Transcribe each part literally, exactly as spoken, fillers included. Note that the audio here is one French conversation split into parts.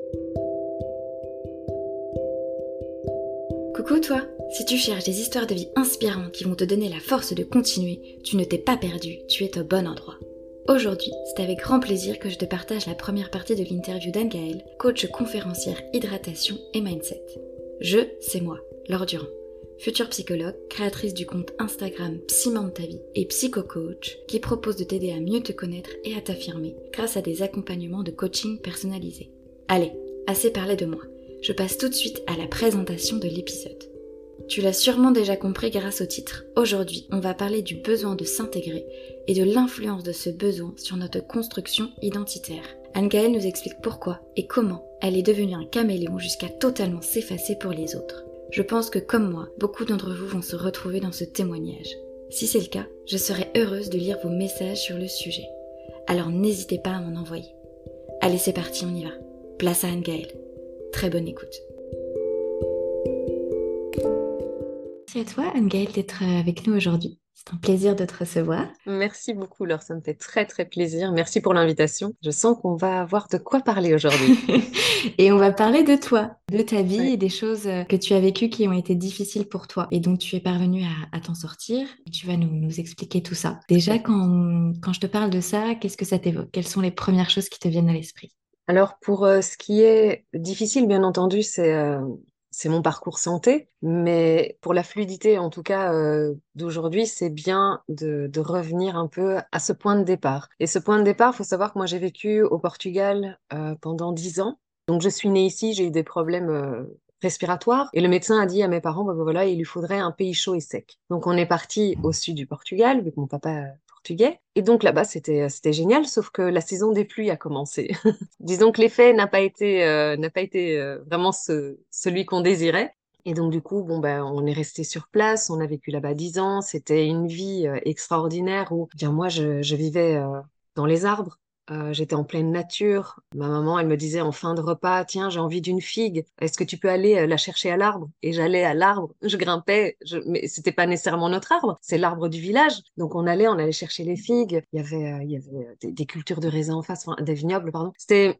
Coucou toi, si tu cherches des histoires de vie inspirantes qui vont te donner la force de continuer, tu ne t'es pas perdu, tu es au bon endroit. Aujourd'hui, c'est avec grand plaisir que je te partage la première partie de l'interview d'Anne-Gaëlle, coach conférencière hydratation et mindset. Je, c'est moi, Laure Durand, future psychologue, créatrice du compte Instagram Psymente ta vie et psycho-coach qui propose de t'aider à mieux te connaître et à t'affirmer grâce à des accompagnements de coaching personnalisés. Allez, assez parlé de moi. Je passe tout de suite à la présentation de l'épisode. Tu l'as sûrement déjà compris grâce au titre. Aujourd'hui, on va parler du besoin de s'intégrer et de l'influence de ce besoin sur notre construction identitaire. Anne-Gaëlle nous explique pourquoi et comment elle est devenue un caméléon jusqu'à totalement s'effacer pour les autres. Je pense que comme moi, beaucoup d'entre vous vont se retrouver dans ce témoignage. Si c'est le cas, je serai heureuse de lire vos messages sur le sujet. Alors n'hésitez pas à m'en envoyer. Allez, c'est parti, on y va. Place à Anne-Gaëlle. Très bonne écoute. Merci à toi, Anne-Gaëlle, d'être avec nous aujourd'hui. C'est un plaisir de te recevoir. Merci beaucoup, Laure, ça me fait très très plaisir. Merci pour l'invitation. Je sens qu'on va avoir de quoi parler aujourd'hui. Et on va parler de toi, de ta vie Ouais. et des choses que tu as vécues qui ont été difficiles pour toi et dont tu es parvenue à, à t'en sortir. Et tu vas nous, nous expliquer tout ça. Tout à Déjà, fait. quand, quand je te parle de ça, qu'est-ce que ça t'évoque? Quelles sont les premières choses qui te viennent à l'esprit? Alors pour euh, ce qui est difficile, bien entendu, c'est euh, c'est mon parcours santé, mais pour la fluidité, en tout cas euh, d'aujourd'hui, c'est bien de, de revenir un peu à ce point de départ. Et ce point de départ, faut savoir que moi j'ai vécu au Portugal euh, pendant dix ans. Donc je suis née ici, j'ai eu des problèmes euh, respiratoires, et le médecin a dit à mes parents, bah, bah, voilà, il lui faudrait un pays chaud et sec. Donc on est parti au sud du Portugal, vu que mon papa est portugais. Et donc là-bas, c'était c'était génial, sauf que la saison des pluies a commencé. Disons que l'effet n'a pas été, euh, n'a pas été euh, vraiment ce- celui qu'on désirait. Et donc, du coup, bon, ben, on est resté sur place, on a vécu là-bas dix ans. C'était une vie euh, extraordinaire où, bien, moi, je, je vivais euh, dans les arbres. Euh, j'étais en pleine nature. Ma maman, elle me disait en fin de repas, tiens, j'ai envie d'une figue. Est-ce que tu peux aller euh, la chercher à l'arbre? Et j'allais à l'arbre, je grimpais, je... mais c'était pas nécessairement notre arbre, c'est l'arbre du village. Donc on allait, on allait chercher les figues. Il y avait, euh, il y avait euh, des, des cultures de raisins en face, enfin, des vignobles, pardon. C'était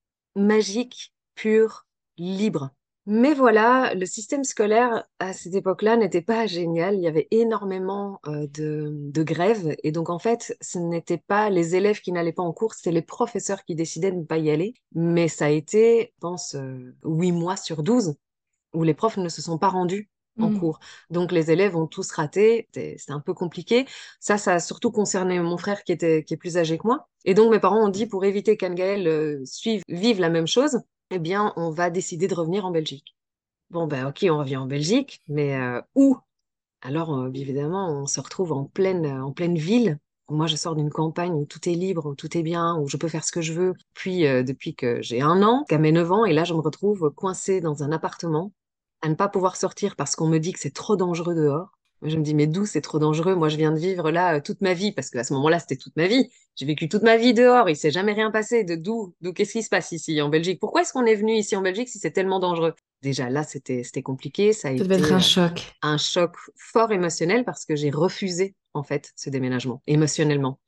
magique, pur, libre. Mais voilà, le système scolaire à cette époque-là n'était pas génial. Il y avait énormément euh, de, de grèves. Et donc, en fait, ce n'étaient pas les élèves qui n'allaient pas en cours, c'était les professeurs qui décidaient de ne pas y aller. Mais ça a été, je pense, euh, huit mois sur douze où les profs ne se sont pas rendus en Hmm. cours. Donc, les élèves ont tous raté. C'était c'était un peu compliqué. Ça, ça a surtout concerné mon frère qui était, qui est plus âgé que moi. Et donc, mes parents ont dit, pour éviter qu'Anne-Gaëlle euh, suive, vive la même chose, eh bien, on va décider de revenir en Belgique. Bon, ben, ok, on revient en Belgique, mais euh, où? Alors, euh, évidemment, on se retrouve en pleine, euh, en pleine ville. Moi, je sors d'une campagne où tout est libre, où tout est bien, où je peux faire ce que je veux. Puis, euh, depuis que j'ai un an, qu'à mes neuf ans, et là, je me retrouve coincée dans un appartement, à ne pas pouvoir sortir parce qu'on me dit que c'est trop dangereux dehors. Je me dis, mais d'où c'est trop dangereux? Moi, je viens de vivre là euh, toute ma vie, parce qu'à ce moment-là, c'était toute ma vie. J'ai vécu toute ma vie dehors, il s'est jamais rien passé. De d'où, d'où, qu'est-ce qui se passe ici en Belgique? Pourquoi est-ce qu'on est venu ici en Belgique si c'est tellement dangereux? Déjà là, c'était, c'était compliqué. Ça a Ça devait être été un euh, choc. un choc fort émotionnel parce que j'ai refusé, en fait, ce déménagement, émotionnellement.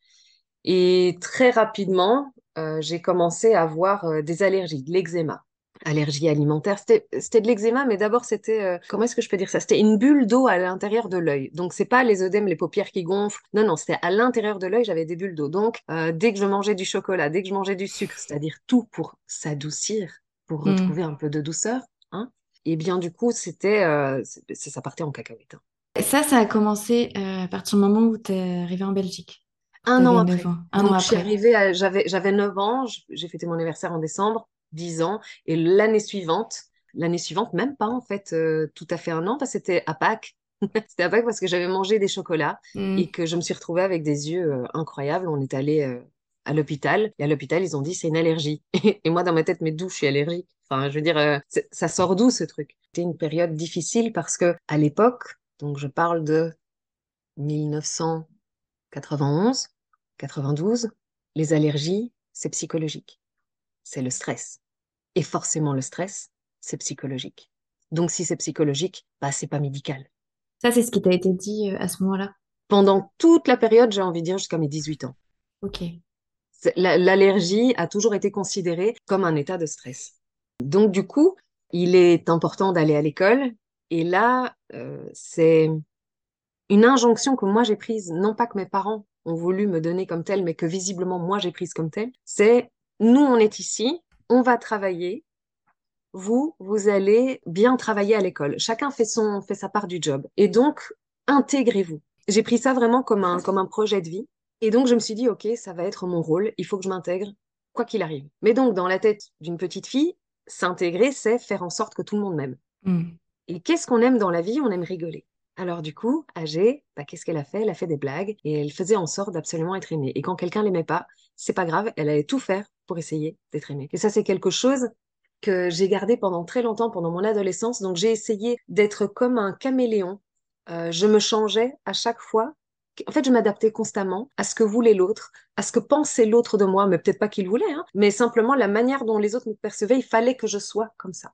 Et très rapidement, euh, j'ai commencé à avoir euh, des allergies, de l'eczéma. Allergie alimentaire, c'était c'était de l'eczéma, mais d'abord c'était, euh, comment est-ce que je peux dire ça? C'était une bulle d'eau à l'intérieur de l'œil. Donc c'est pas les œdèmes, les paupières qui gonflent. Non, non, c'était à l'intérieur de l'œil, j'avais des bulles d'eau. Donc euh, dès que je mangeais du chocolat, dès que je mangeais du sucre, c'est-à-dire tout pour s'adoucir, pour Hmm. retrouver un peu de douceur, hein, et bien du coup c'était, euh, c'est- ça, ça partait en cacahuète, hein. Ça, ça a commencé euh, à partir du moment où tu es arrivée en Belgique. Tu Un an avais neuf après. ans, un an Donc, je suis après. arrivée à, j'avais, j'avais neuf ans, j- j'ai fêté mon anniversaire en décembre, dix ans, et l'année suivante, l'année suivante, même pas en fait, euh, tout à fait un an, parce que c'était à Pâques. C'était à Pâques parce que j'avais mangé des chocolats et Hmm. que je me suis retrouvée avec des yeux euh, incroyables. On est allé euh, à l'hôpital et à l'hôpital, ils ont dit c'est une allergie. Et moi, dans ma tête, mais d'où je suis allergique? Enfin, je veux dire, euh, c'est- ça sort d'où ce truc? C'était une période difficile parce que à l'époque, donc je parle de mille neuf cent quatre-vingt-onze, quatre-vingt-douze, les allergies, c'est psychologique. C'est le stress. Et forcément, le stress, c'est psychologique. Donc, si c'est psychologique, bah, c'est pas médical. Ça, c'est ce qui t'a été dit euh, à ce moment-là. Pendant toute la période, j'ai envie de dire jusqu'à mes dix-huit ans, Ok. c'est- la- l'allergie a toujours été considérée comme un état de stress. donc, du coup, il est important d'aller à l'école. Et là, euh, c'est une injonction que moi j'ai prise, non pas que mes parents ont voulu me donner comme telle, mais que visiblement moi j'ai prise comme telle. C'est, nous, on est ici, on va travailler. Vous, vous allez bien travailler à l'école. Chacun fait son, fait sa part du job. Et donc, intégrez-vous. J'ai pris ça vraiment comme un, comme un projet de vie. Et donc, je me suis dit, OK, ça va être mon rôle. Il faut que je m'intègre, quoi qu'il arrive. Mais donc, dans la tête d'une petite fille, s'intégrer, c'est faire en sorte que tout le monde m'aime. Mm. Et qu'est-ce qu'on aime dans la vie? On aime rigoler. Alors du coup, âgée, bah, qu'est-ce qu'elle a fait? Elle a fait des blagues et elle faisait en sorte d'absolument être aimée. Et quand quelqu'un l'aimait pas, c'est pas grave, elle allait tout faire pour essayer d'être aimée. Et ça, c'est quelque chose que j'ai gardé pendant très longtemps, pendant mon adolescence. Donc j'ai essayé d'être comme un caméléon. Euh, je me changeais à chaque fois. En fait, je m'adaptais constamment à ce que voulait l'autre, à ce que pensait l'autre de moi, mais peut-être pas qu'il voulait, hein, mais simplement la manière dont les autres me percevaient, il fallait que je sois comme ça.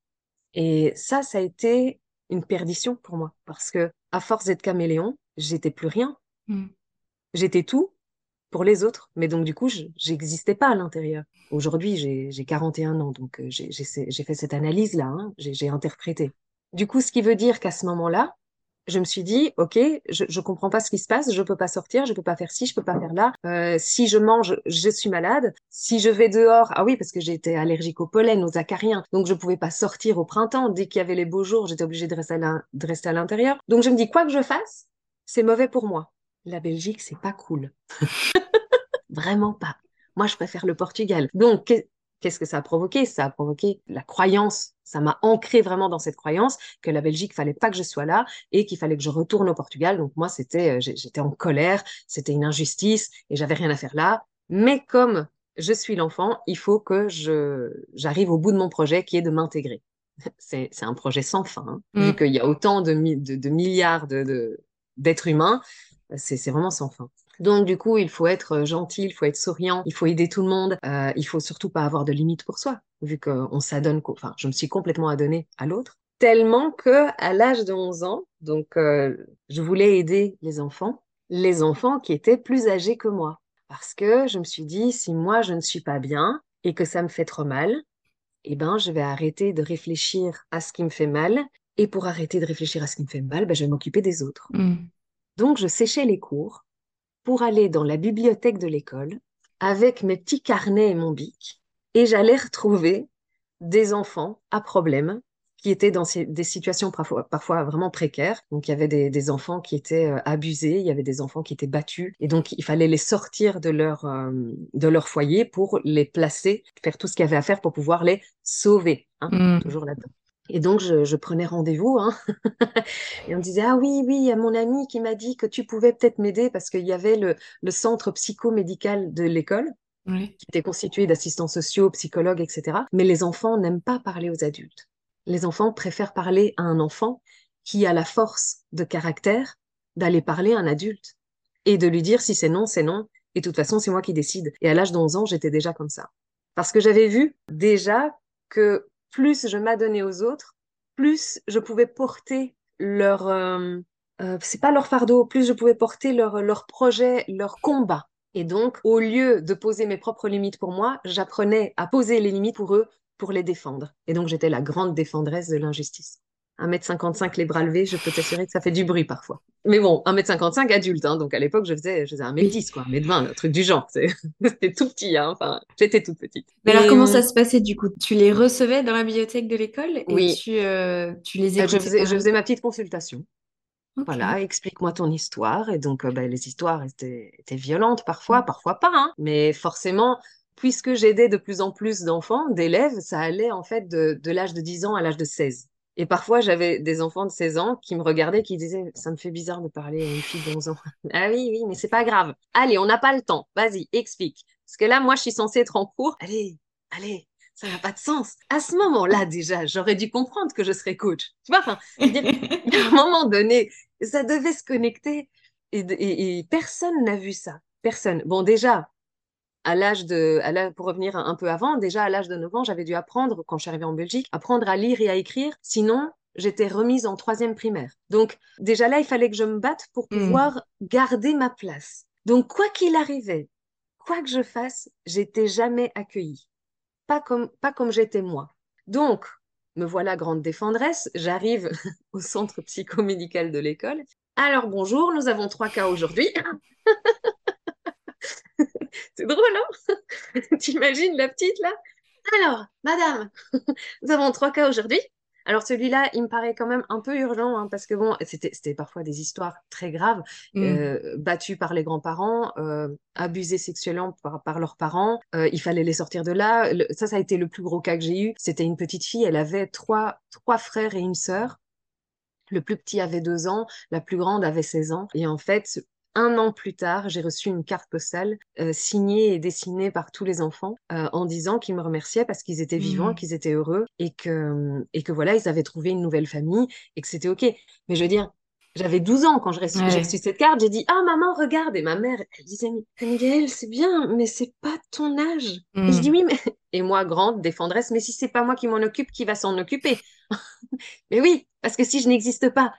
Et ça, ça a été une perdition pour moi parce que à force d'être caméléon, j'étais plus rien. Mm. J'étais tout pour les autres, mais donc du coup, je j'existais pas à l'intérieur. Aujourd'hui, j'ai j'ai quarante et un ans, donc euh, j'ai j'ai ces- j'ai fait cette analyse-là, hein, j'ai j'ai interprété. Du coup, ce qui veut dire qu'à ce moment-là, je me suis dit, OK, je, je comprends pas ce qui se passe, je peux pas sortir, je peux pas faire ci, je peux pas faire là. Euh, si je mange, je suis malade. Si je vais dehors, ah oui, parce que j'étais allergique au pollen, aux acariens, donc je pouvais pas sortir au printemps. Dès qu'il y avait les beaux jours, j'étais obligée de rester à l'in- de rester à l'intérieur. Donc je me dis, quoi que je fasse, c'est mauvais pour moi. La Belgique, c'est pas cool. Vraiment pas. Moi, je préfère le Portugal. Donc, qu'est- qu'est-ce que ça a provoqué? Ça a provoqué la croyance. Ça m'a ancré vraiment dans cette croyance que la Belgique, fallait pas que je sois là et qu'il fallait que je retourne au Portugal. Donc, moi, c'était, euh, j'ai- j'étais en colère, c'était une injustice et j'avais rien à faire là. Mais comme je suis l'enfant, il faut que je, j'arrive au bout de mon projet qui est de m'intégrer. C'est, c'est un projet sans fin, hein. Vu Mm. qu'il y a autant de, mi- de, de milliards de, de- d'êtres humains, c'est, c'est vraiment sans fin. Donc, du coup, il faut être gentil, il faut être souriant, il faut aider tout le monde, euh, il faut surtout pas avoir de limites pour soi, vu qu'on s'adonne, co- enfin, je me suis complètement adonnée à l'autre, tellement que à l'âge de onze ans, donc, euh, je voulais aider les enfants, les enfants qui étaient plus âgés que moi. Parce que je me suis dit, si moi, je ne suis pas bien et que ça me fait trop mal, eh ben, je vais arrêter de réfléchir à ce qui me fait mal. Et pour arrêter de réfléchir à ce qui me fait mal, ben, je vais m'occuper des autres. Mm. Donc, je séchais les cours pour aller dans la bibliothèque de l'école avec mes petits carnets et mon bic. Et j'allais retrouver des enfants à problème qui étaient dans ces- des situations parfois, parfois vraiment précaires. Donc, il y avait des, des enfants qui étaient euh, abusés, il y avait des enfants qui étaient battus. Et donc, il fallait les sortir de leur, euh, de leur foyer pour les placer, faire tout ce qu'il y avait à faire pour pouvoir les sauver, hein, Mm. toujours là-dedans. Et donc, je, je prenais rendez-vous, hein, et on disait, ah oui, oui, il y a mon ami qui m'a dit que tu pouvais peut-être m'aider parce qu'il y avait le, le centre psychomédical de l'école Ouais. qui était constitué d'assistants sociaux, psychologues, et cetera. Mais les enfants n'aiment pas parler aux adultes. Les enfants préfèrent parler à un enfant qui a la force de caractère d'aller parler à un adulte et de lui dire si c'est non, c'est non. Et de toute façon, c'est moi qui décide. Et à l'âge de onze ans, j'étais déjà comme ça. Parce que j'avais vu déjà que plus je m'adonnais aux autres, plus je pouvais porter leur, euh, euh, c'est pas leur fardeau, plus je pouvais porter leur, leur projet, leur combat. Et donc, au lieu de poser mes propres limites pour moi, j'apprenais à poser les limites pour eux, pour les défendre. Et donc, j'étais la grande défendresse de l'injustice. un mètre cinquante-cinq les bras levés, je peux t'assurer que ça fait du bruit parfois. Mais bon, un mètre cinquante-cinq adulte, hein, donc à l'époque, je faisais, je faisais un mètre Oui. dix, quoi, un mètre vingt, un truc du genre. C'est- C'était tout petit, hein, enfin, j'étais toute petite. Mais alors, Et comment ça hum, se passait du coup? Tu les recevais dans la bibliothèque de l'école et oui, tu, euh, tu les euh, je écoutais faisais, je parler? faisais ma petite consultation. Ok. Voilà, explique-moi ton histoire. Et donc, euh, ben, les histoires étaient, étaient violentes parfois, parfois pas, hein. Mais forcément, puisque j'aidais de plus en plus d'enfants, d'élèves, ça allait en fait de, de l'âge de dix ans à l'âge de seize. Et parfois, j'avais des enfants de seize ans qui me regardaient, qui disaient, ça me fait bizarre de parler à une fille d'onze ans. Ah oui, oui, mais c'est pas grave. Allez, on n'a pas le temps. Vas-y, explique. Parce que là, moi, je suis censée être en cours. Allez, allez, ça n'a pas de sens. À ce moment-là, déjà, j'aurais dû comprendre que je serais coach. Tu vois, enfin, je veux dire, il y a un moment donné, ça devait se connecter. Et, et- et personne n'a vu ça. Personne. Bon, déjà, à l'âge de, à l'âge- pour revenir un, un peu avant, déjà à l'âge de neuf ans, j'avais dû apprendre, quand je suis arrivée en Belgique, apprendre à lire et à écrire. Sinon, j'étais remise en troisième primaire. Donc, déjà là, il fallait que je me batte pour Hmm. pouvoir garder ma place. Donc, quoi qu'il arrivait, quoi que je fasse, j'étais jamais accueillie. Pas comme, pas comme j'étais moi. Donc, me voilà grande défendresse, j'arrive au centre psychomédical de l'école. Alors bonjour, nous avons trois cas aujourd'hui. C'est drôle, hein? T'imagines la petite là? Alors, madame, nous avons trois cas aujourd'hui. Alors celui-là, il me paraît quand même un peu urgent, hein, parce que bon, c'était, c'était parfois des histoires très graves, Mm. euh, battus par les grands-parents, euh, abusés sexuellement par, par leurs parents. Euh, il fallait les sortir de là. Le- ça, ça a été le plus gros cas que j'ai eu. C'était une petite fille, elle avait trois, trois frères et une sœur. Le plus petit avait deux ans, la plus grande avait seize ans. Et en fait, un an plus tard, j'ai reçu une carte postale euh, signée et dessinée par tous les enfants euh, en disant qu'ils me remerciaient parce qu'ils étaient vivants, Mm. qu'ils étaient heureux et que, et que voilà, ils avaient trouvé une nouvelle famille et que c'était OK. Mais je veux dire, j'avais douze ans quand j'ai reçu, j'ai reçu Ouais. cette carte. J'ai dit, ah maman, regarde. Et ma mère, elle disait, mais Gaëlle, c'est bien, mais c'est pas ton âge. Et je dis, Mm. oui, mais... Et moi, grande défendresse, mais si c'est pas moi qui m'en occupe, qui va s'en occuper? Mais oui, parce que si je n'existe pas.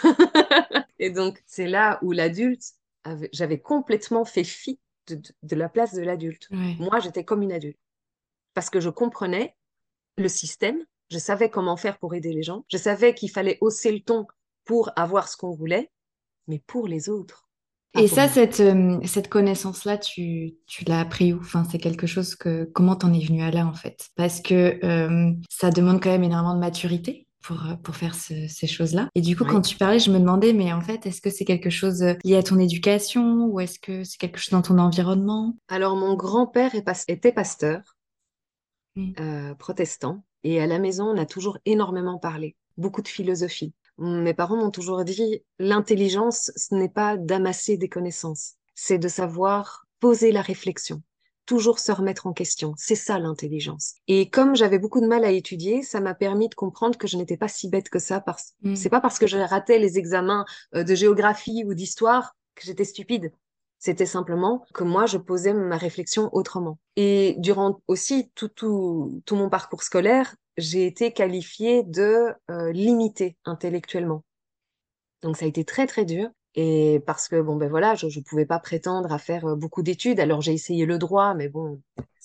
Et donc, c'est là où l'adulte, avait- j'avais complètement fait fi de, de- de la place de l'adulte. Ouais. Moi, j'étais comme une adulte. Parce que je comprenais le système, je savais comment faire pour aider les gens, je savais qu'il fallait hausser le ton pour avoir ce qu'on voulait, mais pour les autres, pas Et pour ça, moi. cette, euh, cette connaissance-là, tu, tu l'as appris où? Enfin, c'est quelque chose que... Comment t'en es venu à là, en fait? Parce que euh, ça demande quand même énormément de maturité pour, euh, pour faire ce- ces choses-là. Et du coup, quand Oui. tu parlais, je me demandais, mais en fait, est-ce que c'est quelque chose euh, lié à ton éducation ou est-ce que c'est quelque chose dans ton environnement? Alors, mon grand-père est pas- était pasteur, Mm. euh, protestant, et à la maison, on a toujours énormément parlé, beaucoup de philosophie. Mes parents m'ont toujours dit, l'intelligence, ce n'est pas d'amasser des connaissances, c'est de savoir poser la réflexion, toujours se remettre en question. C'est ça l'intelligence. Et comme j'avais beaucoup de mal à étudier, ça m'a permis de comprendre que je n'étais pas si bête que ça. Parce... C'est Mm. pas parce que je ratais les examens euh, de géographie ou d'histoire que j'étais stupide. C'était simplement que moi, je posais ma réflexion autrement. Et durant aussi tout, tout, tout mon parcours scolaire, j'ai été qualifiée de euh, limitée intellectuellement. Donc ça a été très très dur. Et parce que bon ben voilà, je ne pouvais pas prétendre à faire euh, beaucoup d'études. Alors j'ai essayé le droit, mais bon,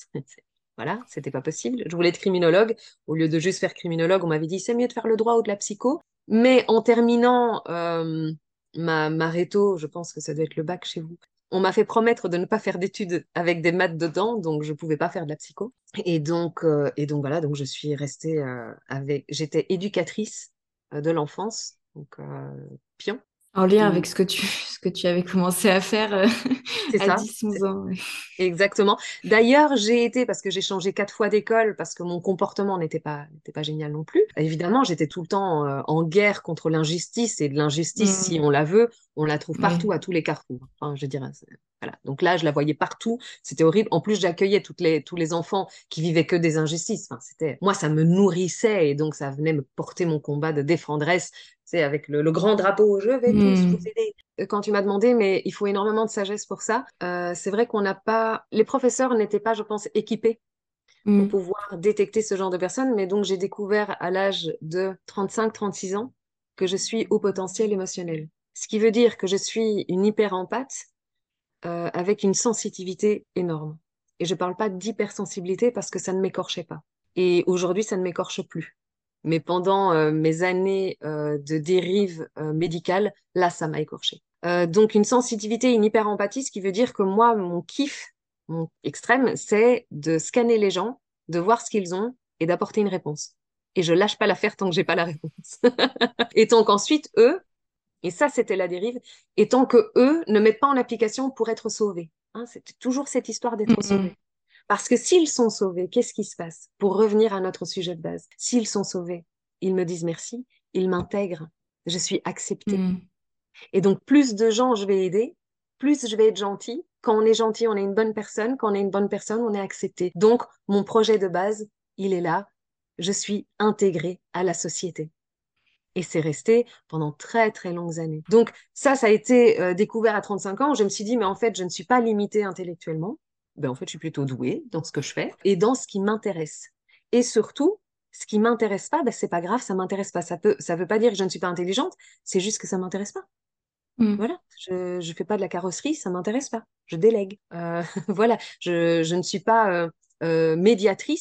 voilà, c'était pas possible. Je voulais être criminologue. Au lieu de juste faire criminologue, on m'avait dit c'est mieux de faire le droit ou de la psycho. Mais en terminant euh, ma, ma réto, je pense que ça doit être le bac chez vous. On m'a fait promettre de ne pas faire d'études avec des maths dedans, donc je pouvais pas faire de la psycho. Et donc, euh, et donc voilà, donc je suis restée euh, avec. J'étais éducatrice euh, de l'enfance, donc euh, pion. En lien avec Et ce que tu, ce que tu avais commencé à faire euh, c'est à ça. dix onze ans. Ouais. Exactement. D'ailleurs, j'ai été, parce que j'ai changé quatre fois d'école, parce que mon comportement n'était pas, n'était pas génial non plus. Évidemment, j'étais tout le temps euh, en guerre contre l'injustice, et de l'injustice, si Mm. on la veut, on la trouve partout, Oui. à tous les carrefours. Enfin, je dirais, c'est- voilà. Donc là, je la voyais partout. C'était horrible. En plus, j'accueillais toutes les, tous les enfants qui vivaient que des injustices. Enfin, c'était, moi, ça me nourrissait, et donc ça venait me porter mon combat de défendresse, c'est avec le, le grand drapeau, je vais tous vous Mm. aider. Quand tu m'as demandé, mais il faut énormément de sagesse pour ça. Euh, c'est vrai qu'on n'a pas, les professeurs n'étaient pas, je pense, équipés pour Mm. pouvoir détecter ce genre de personnes. Mais donc, j'ai découvert à l'âge de trente-cinq, trente-six ans que je suis au potentiel émotionnel. Ce qui veut dire que je suis une hyper-empathe euh, avec une sensitivité énorme. Et je ne parle pas d'hypersensibilité parce que ça ne m'écorchait pas. Et aujourd'hui, ça ne m'écorche plus. Mais pendant euh, mes années euh, de dérive euh, médicale, là, ça m'a écorché. Euh, donc, une sensitivité, une hyper-empathie, ce qui veut dire que moi, mon kiff, mon extrême, c'est de scanner les gens, de voir ce qu'ils ont et d'apporter une réponse. Et je lâche pas l'affaire tant que j'ai pas la réponse. Et tant qu'ensuite, eux, et ça, c'était la dérive, et tant que eux ne mettent pas en application pour être sauvés. Hein, c'est toujours cette histoire d'être Mm. sauvés. Parce que s'ils sont sauvés, qu'est-ce qui se passe? Pour revenir à notre sujet de base, s'ils sont sauvés, ils me disent merci, ils m'intègrent, je suis acceptée. Mm. Et donc, plus de gens je vais aider, plus je vais être gentil. Quand on est gentil, on est une bonne personne. Quand on est une bonne personne, on est accepté. Donc, mon projet de base, il est là. Je suis intégrée à la société. Et c'est resté pendant très, très longues années. Donc, ça, ça a été euh, découvert à trente-cinq ans. Je me suis dit, mais en fait, je ne suis pas limitée intellectuellement. Ben, en fait, je suis plutôt douée dans ce que je fais et dans ce qui m'intéresse. Et surtout, ce qui m'intéresse pas, ben, c'est pas grave, ça m'intéresse pas. Ça peut, ça veut pas dire que je ne suis pas intelligente, c'est juste que ça m'intéresse pas. Mm. Voilà, je je fais pas de la carrosserie, ça m'intéresse pas. Je délègue. Euh, voilà, je, je ne suis pas euh, euh, médiatrice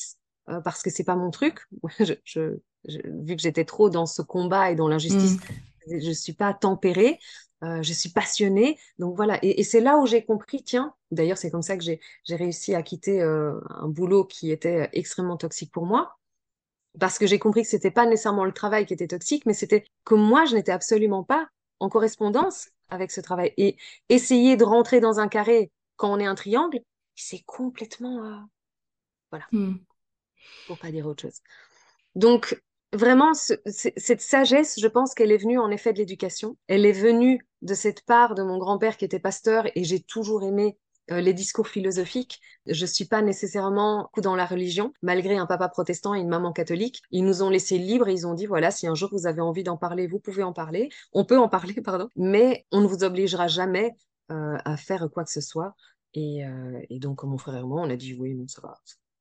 euh, parce que c'est pas mon truc. je, je, je- vu que j'étais trop dans ce combat et dans l'injustice, Mm. je suis pas tempérée, euh, je suis passionnée. Donc voilà, et, et c'est là où j'ai compris, tiens, d'ailleurs c'est comme ça que j'ai j'ai réussi à quitter euh, un boulot qui était extrêmement toxique pour moi, parce que j'ai compris que c'était pas nécessairement le travail qui était toxique, mais c'était que moi, je n'étais absolument pas en correspondance avec ce travail. Et essayer de rentrer dans un carré quand on est un triangle, c'est complètement, euh, voilà, Mm. pour pas dire autre chose. Donc, vraiment, ce- c- cette sagesse, je pense qu'elle est venue en effet de l'éducation. Elle est venue de cette part de mon grand-père qui était pasteur et j'ai toujours aimé euh, les discours philosophiques. Je suis pas nécessairement coup dans la religion, malgré un papa protestant et une maman catholique. Ils nous ont laissé libres et ils ont dit, voilà, si un jour vous avez envie d'en parler, vous pouvez en parler. On peut en parler, pardon, mais on ne vous obligera jamais euh, à faire quoi que ce soit. Et, euh, et donc, comme mon frère et moi, on a dit, oui, non, ça va.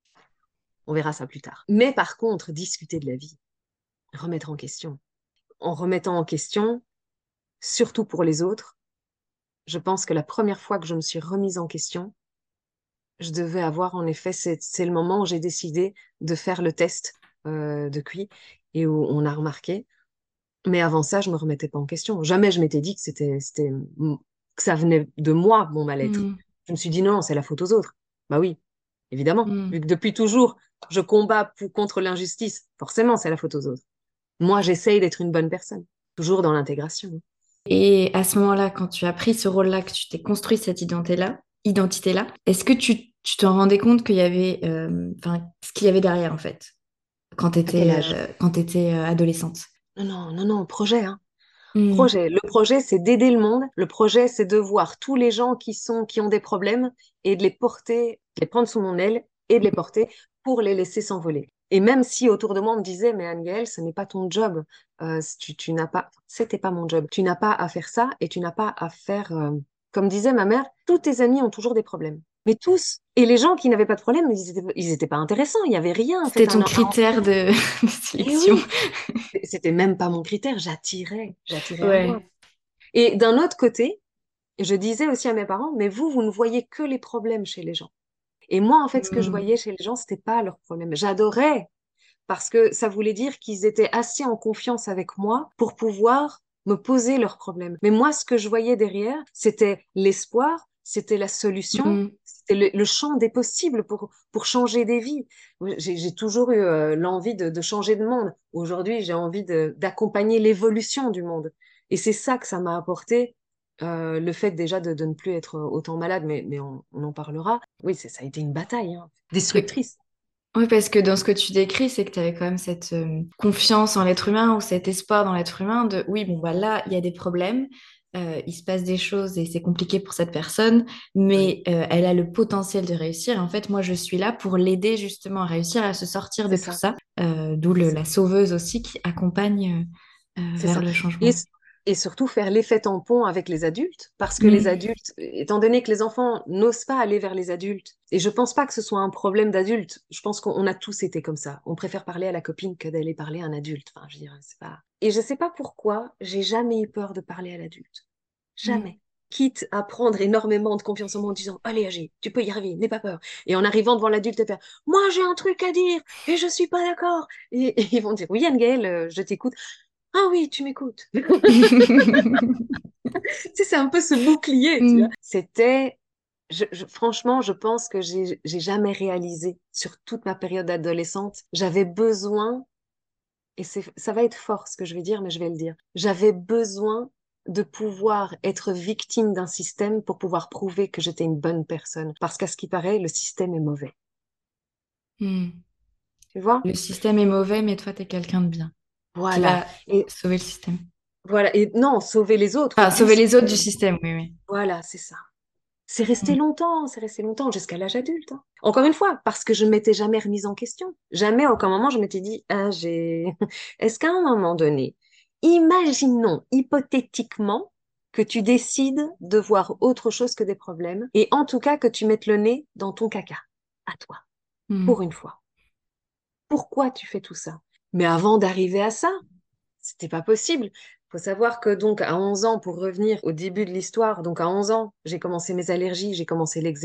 On verra ça plus tard. Mais par contre, discuter de la vie, remettre en question. En remettant en question, surtout pour les autres, je pense que la première fois que je me suis remise en question, je devais avoir en effet, c'est, c'est le moment où j'ai décidé de faire le test euh, de Q I et où on a remarqué. Mais avant ça, je me remettais pas en question. Jamais je m'étais dit que c'était, c'était, que ça venait de moi, mon mal-être. Mm. Je me suis dit non, c'est la faute aux autres. Bah oui, évidemment. Mm. Vu que depuis toujours, je combats pour, contre l'injustice, forcément, c'est la faute aux autres. Moi, j'essaye d'être une bonne personne, toujours dans l'intégration. Et à ce moment-là, quand tu as pris ce rôle-là, que tu t'es construit cette identité-là, identité-là, est-ce que tu, tu t'en rendais compte qu'il y avait, euh, enfin, ce qu'il y avait derrière en fait, quand tu À quel étais, âge? quand t'étais euh, adolescente? Non, non, non, non, projet, hein. Mm. Projet. Le projet, c'est d'aider le monde. Le projet, c'est de voir tous les gens qui sont, qui ont des problèmes et de les porter, de les prendre sous mon aile et de les porter pour les laisser s'envoler. Et même si autour de moi on me disait, mais Anne-Gaëlle, ce n'est pas ton job, euh, tu, tu n'as pas, c'était pas mon job. Tu n'as pas à faire ça et tu n'as pas à faire, euh, comme disait ma mère, tous tes amis ont toujours des problèmes. Mais tous. Et les gens qui n'avaient pas de problème, ils étaient, ils étaient pas intéressants. Il y avait rien, en C'était fait. ton Un, un- critère de, de Et sélection. oui, c'était même pas mon critère. J'attirais, j'attirais à moi. Ouais. Et d'un autre côté, je disais aussi à mes parents, mais vous, vous ne voyez que les problèmes chez les gens. Et moi, en fait, ce que je Mm. voyais chez les gens, c'était pas leurs problèmes. J'adorais parce que ça voulait dire qu'ils étaient assez en confiance avec moi pour pouvoir me poser leurs problèmes. Mais moi, ce que je voyais derrière, c'était l'espoir, c'était la solution, Mm. c'était le, le champ des possibles pour, pour changer des vies. J'ai j'ai toujours eu euh, l'envie de, de changer de monde. Aujourd'hui, j'ai envie de- d'accompagner l'évolution du monde. Et c'est ça que ça m'a apporté. Euh, le fait déjà de, de ne plus être autant malade, mais, mais on, on en parlera. Oui, c'est- ça a été une bataille, hein, Oui. destructrice. Oui, parce que dans ce que tu décris, c'est que tu avais quand même cette euh, confiance en l'être humain ou cet espoir dans l'être humain de oui, bon, bah là, il y a des problèmes, euh, il se passe des choses et c'est compliqué pour cette personne, Oui, mais euh, elle a le potentiel de réussir. Et en fait, moi, je suis là pour l'aider justement à réussir à se sortir de c'est tout ça, ça, euh, d'où c'est le- ça. la sauveuse aussi qui accompagne euh, euh, C'est vers ça. le Et, changement. et surtout faire l'effet tampon avec les adultes, parce que les Mm. adultes, étant donné que les enfants n'osent pas aller vers les adultes, et je pense pas que ce soit un problème d'adultes, je pense qu'on a tous été comme ça. On préfère parler à la copine que d'aller parler à un adulte. Enfin, je veux dire, c'est pas. Et je sais pas pourquoi, j'ai jamais eu peur de parler à l'adulte. Mm. Jamais. Quitte à prendre énormément de confiance en moi en disant, allez, agis, tu peux y arriver, n'aie pas peur. Et en arrivant devant l'adulte et faire, moi, j'ai un truc à dire et je suis pas d'accord. Et, et ils vont dire, oui, Anne-Gaëlle, euh, je t'écoute. Ah oui, tu m'écoutes. Tu sais, c'est un peu ce bouclier, tu vois. Mm. C'était, je, je- franchement, je pense que j'ai, j'ai jamais réalisé sur toute ma période adolescente. J'avais besoin, et c'est, ça va être fort ce que je vais dire, mais je vais le dire. J'avais besoin de pouvoir être victime d'un système pour pouvoir prouver que j'étais une bonne personne. Parce qu'à ce qui paraît, le système est mauvais. Mm. Tu vois? Le système est mauvais, mais toi, tu es quelqu'un de bien qui Voilà. va Et sauver le système. voilà. Et non, sauver les autres Enfin, du sauver les autres du système. système, oui, oui. Voilà, c'est ça. C'est resté Mm. longtemps, c'est resté longtemps, jusqu'à l'âge adulte, hein. Encore une fois, parce que je ne m'étais jamais remise en question. Jamais, à aucun moment, je m'étais dit, ah, j'ai... Est-ce qu'à un moment donné, imaginons hypothétiquement que tu décides de voir autre chose que des problèmes, et en tout cas que tu mettes le nez dans ton caca, à toi, pour Mm. une fois. Pourquoi tu fais tout ça? Mais avant d'arriver à ça, c'était pas possible. Faut savoir que donc à onze ans, pour revenir au début de l'histoire, donc à onze ans, j'ai commencé mes allergies, j'ai commencé l'eczéma.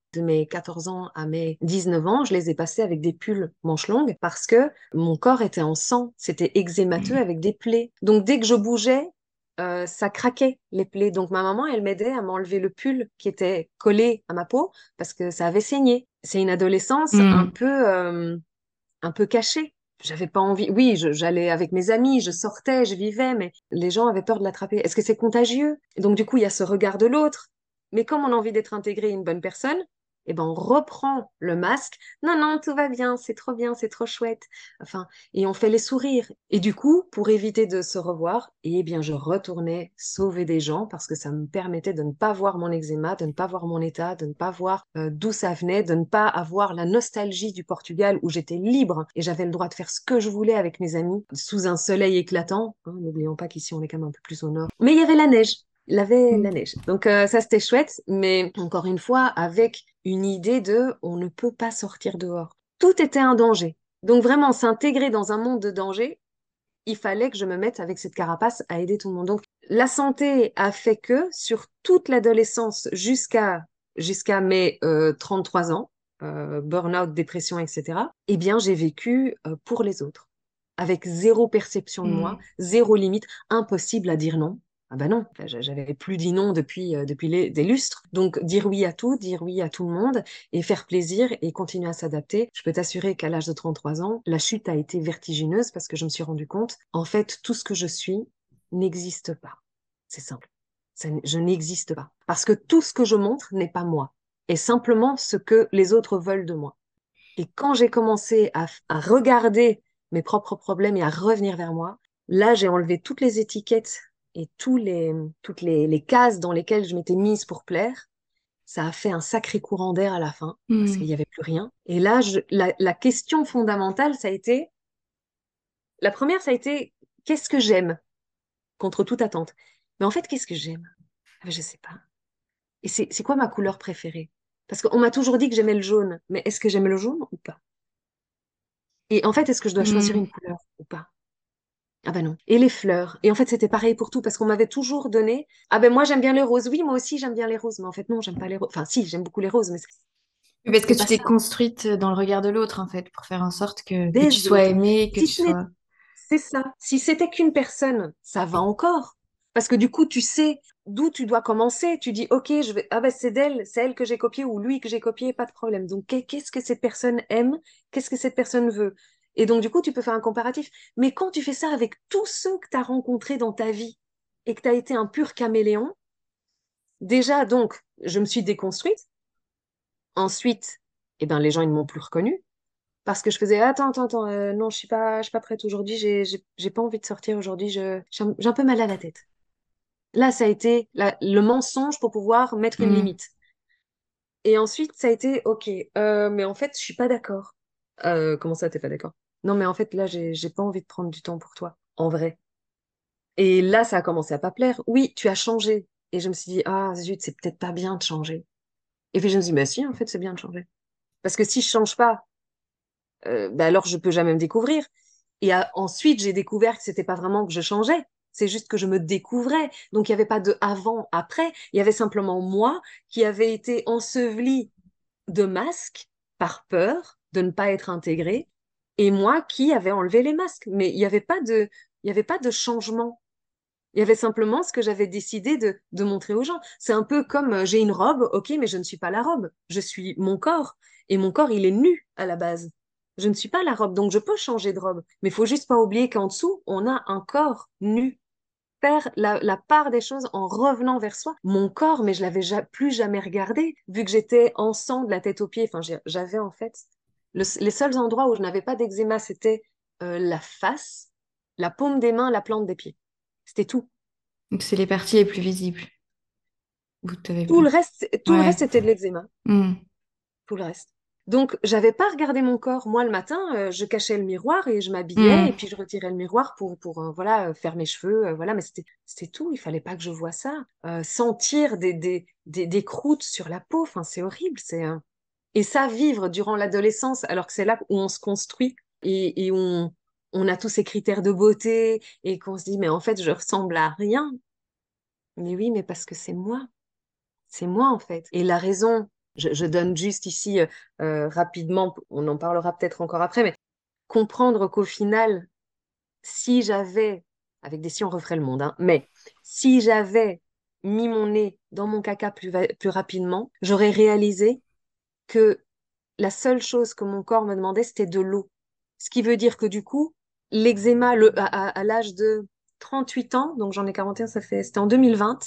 De mes quatorze ans à mes dix-neuf ans, je les ai passés avec des pulls manches longues parce que mon corps était en sang, c'était eczémateux avec des plaies. Donc dès que je bougeais, euh, ça craquait les plaies. Donc ma maman, elle m'aidait à m'enlever le pull qui était collé à ma peau parce que ça avait saigné. C'est une adolescence un Mm. peu, euh, un peu cachée. J'avais pas envie. Oui, je- j'allais avec mes amis, je sortais, je vivais, mais les gens avaient peur de l'attraper. Est-ce que c'est contagieux? Et donc du coup, il y a ce regard de l'autre. Mais comme on a envie d'être intégré une bonne personne, eh ben on reprend le masque. Non, non, tout va bien, c'est trop bien, c'est trop chouette. Enfin, et on fait les sourires. Et du coup, pour éviter de se revoir, eh bien, je retournais sauver des gens parce que ça me permettait de ne pas voir mon eczéma, de ne pas voir mon état, de ne pas voir euh, d'où ça venait, de ne pas avoir la nostalgie du Portugal où j'étais libre et j'avais le droit de faire ce que je voulais avec mes amis sous un soleil éclatant. Hein, n'oublions pas qu'ici, on est quand même un peu plus au nord. Mais il y avait la neige. Il avait la neige. Donc euh, ça, c'était chouette. Mais encore une fois, avec une idée de on ne peut pas sortir dehors. Tout était un danger. Donc vraiment, s'intégrer dans un monde de danger, il fallait que je me mette avec cette carapace à aider tout le monde. Donc la santé a fait que sur toute l'adolescence jusqu'à jusqu'à mes euh, trente-trois ans, euh, burn-out, dépression, et cetera, eh bien, j'ai vécu euh, pour les autres, avec zéro perception de moi, Mm. zéro limite, impossible à dire non. Ah bah non, enfin, j'a- j'avais plus dit non depuis, euh, depuis les- des lustres. Donc dire oui à tout, dire oui à tout le monde et faire plaisir et continuer à s'adapter. Je peux t'assurer qu'à l'âge de trente-trois ans, la chute a été vertigineuse parce que je me suis rendu compte, en fait, tout ce que je suis n'existe pas. C'est simple. Ça n- je n'existe pas. Parce que tout ce que je montre n'est pas moi. Et simplement ce que les autres veulent de moi. Et quand j'ai commencé à, f- à regarder mes propres problèmes et à revenir vers moi, là, j'ai enlevé toutes les étiquettes et tous les, toutes les, les cases dans lesquelles je m'étais mise pour plaire. Ça a fait un sacré courant d'air à la fin parce qu'il Mm. n'y avait plus rien. Et là, je- la, la question fondamentale, ça a été, la première, ça a été, qu'est-ce que j'aime contre toute attente? Mais en fait, qu'est-ce que j'aime? Ah ben, je sais pas. Et c'est c'est quoi ma couleur préférée? Parce qu'on m'a toujours dit que j'aimais le jaune, mais est-ce que j'aime le jaune ou pas? Et en fait, est-ce que je dois choisir Mm. une couleur ou pas? Ah ben non. Et les fleurs. Et en fait, c'était pareil pour tout parce qu'on m'avait toujours donné. Ah ben moi, j'aime bien les roses. Oui, moi aussi, j'aime bien les roses. Mais en fait, non, j'aime pas les roses. Enfin, si, j'aime beaucoup les roses, mais c'est Parce que c'est tu pas t'es ça. construite dans le regard de l'autre, en fait, pour faire en sorte que, que tu Des sois autres. aimée, que Si tu ce n'est, sois... c'est ça. Si c'était qu'une personne, ça va encore. Parce que du coup, tu sais d'où tu dois commencer. Tu dis, OK, je vais, ah ben c'est d'elle, c'est elle que j'ai copié ou lui que j'ai copié, pas de problème. Donc, qu'est- qu'est-ce que cette personne aime? Qu'est-ce que cette personne veut? Et donc, du coup, tu peux faire un comparatif. Mais quand tu fais ça avec tous ceux que tu as rencontrés dans ta vie et que tu as été un pur caméléon, déjà, donc, je me suis déconstruite. Ensuite, eh ben, les gens, ils ne m'ont plus reconnue. Parce que je faisais, attends, attends, attends, euh, non, je suis pas, je suis pas prête aujourd'hui, j'ai, j'ai, j'ai pas envie de sortir aujourd'hui, je, j'ai un j'ai un peu mal à la tête. Là, ça a été la- le mensonge pour pouvoir mettre une Mm. limite. Et ensuite, ça a été, ok, euh, mais en fait, je suis pas d'accord. Euh, comment ça, t'es pas d'accord? Non, mais en fait, là, j'ai, j'ai pas envie de prendre du temps pour toi, en vrai. Et là, ça a commencé à pas plaire. Oui, tu as changé. Et je me suis dit, ah, zut, c'est peut-être pas bien de changer. Et puis je me suis dit, bah si, en fait, c'est bien de changer. Parce que si je change pas, euh, bah alors je peux jamais me découvrir. Et à- ensuite, j'ai découvert que c'était pas vraiment que je changeais, c'est juste que je me découvrais. Donc il n'y avait pas de avant, après, il y avait simplement moi qui avait été enseveli de masques par peur de ne pas être intégrée, et moi qui avais enlevé les masques. Mais il n'y avait pas de, il y avait pas de changement. Il y avait simplement ce que j'avais décidé de, de montrer aux gens. C'est un peu comme euh, j'ai une robe, ok, mais je ne suis pas la robe. Je suis mon corps. Et mon corps, il est nu à la base. Je ne suis pas la robe, donc je peux changer de robe. Mais il faut juste pas oublier qu'en dessous, on a un corps nu. Faire la, la part des choses en revenant vers soi. Mon corps, mais je l'avais ja- plus jamais regardé, vu que j'étais en sang de la tête aux pieds. Enfin, j'ai- j'avais en fait... le- les seuls endroits où je n'avais pas d'eczéma, c'était euh, la face, la paume des mains, la plante des pieds. C'était tout. Donc, c'est les parties les plus visibles où tu avais Tout pas. le reste, tout le Ouais. reste, c'était de l'eczéma. Mm. Tout le reste. Donc, j'avais pas regardé mon corps. Moi, le matin, euh, je cachais le miroir et je m'habillais et Mm. puis je retirais le miroir pour, pour euh, voilà, euh, faire mes cheveux. euh, voilà, mais c'était, c'était tout. Il fallait pas que je voie ça. Euh, sentir des, des, des, des croûtes sur la peau, enfin, c'est horrible. C'est, euh, Et ça, vivre durant l'adolescence, alors que c'est là où on se construit et, et on, on a tous ces critères de beauté et qu'on se dit, mais en fait, je ressemble à rien. Mais oui, mais parce que c'est moi. C'est moi, en fait. Et la raison Je, je donne juste ici euh, rapidement, on en parlera peut-être encore après, mais comprendre qu'au final, si j'avais, avec des si on referait le monde, hein, mais si j'avais mis mon nez dans mon caca plus, va- plus rapidement, j'aurais réalisé que la seule chose que mon corps me demandait, c'était de l'eau. Ce qui veut dire que du coup, l'eczéma le, à, à, à l'âge de trente-huit ans, donc j'en ai quarante et un, ça fait, c'était en deux mille vingt,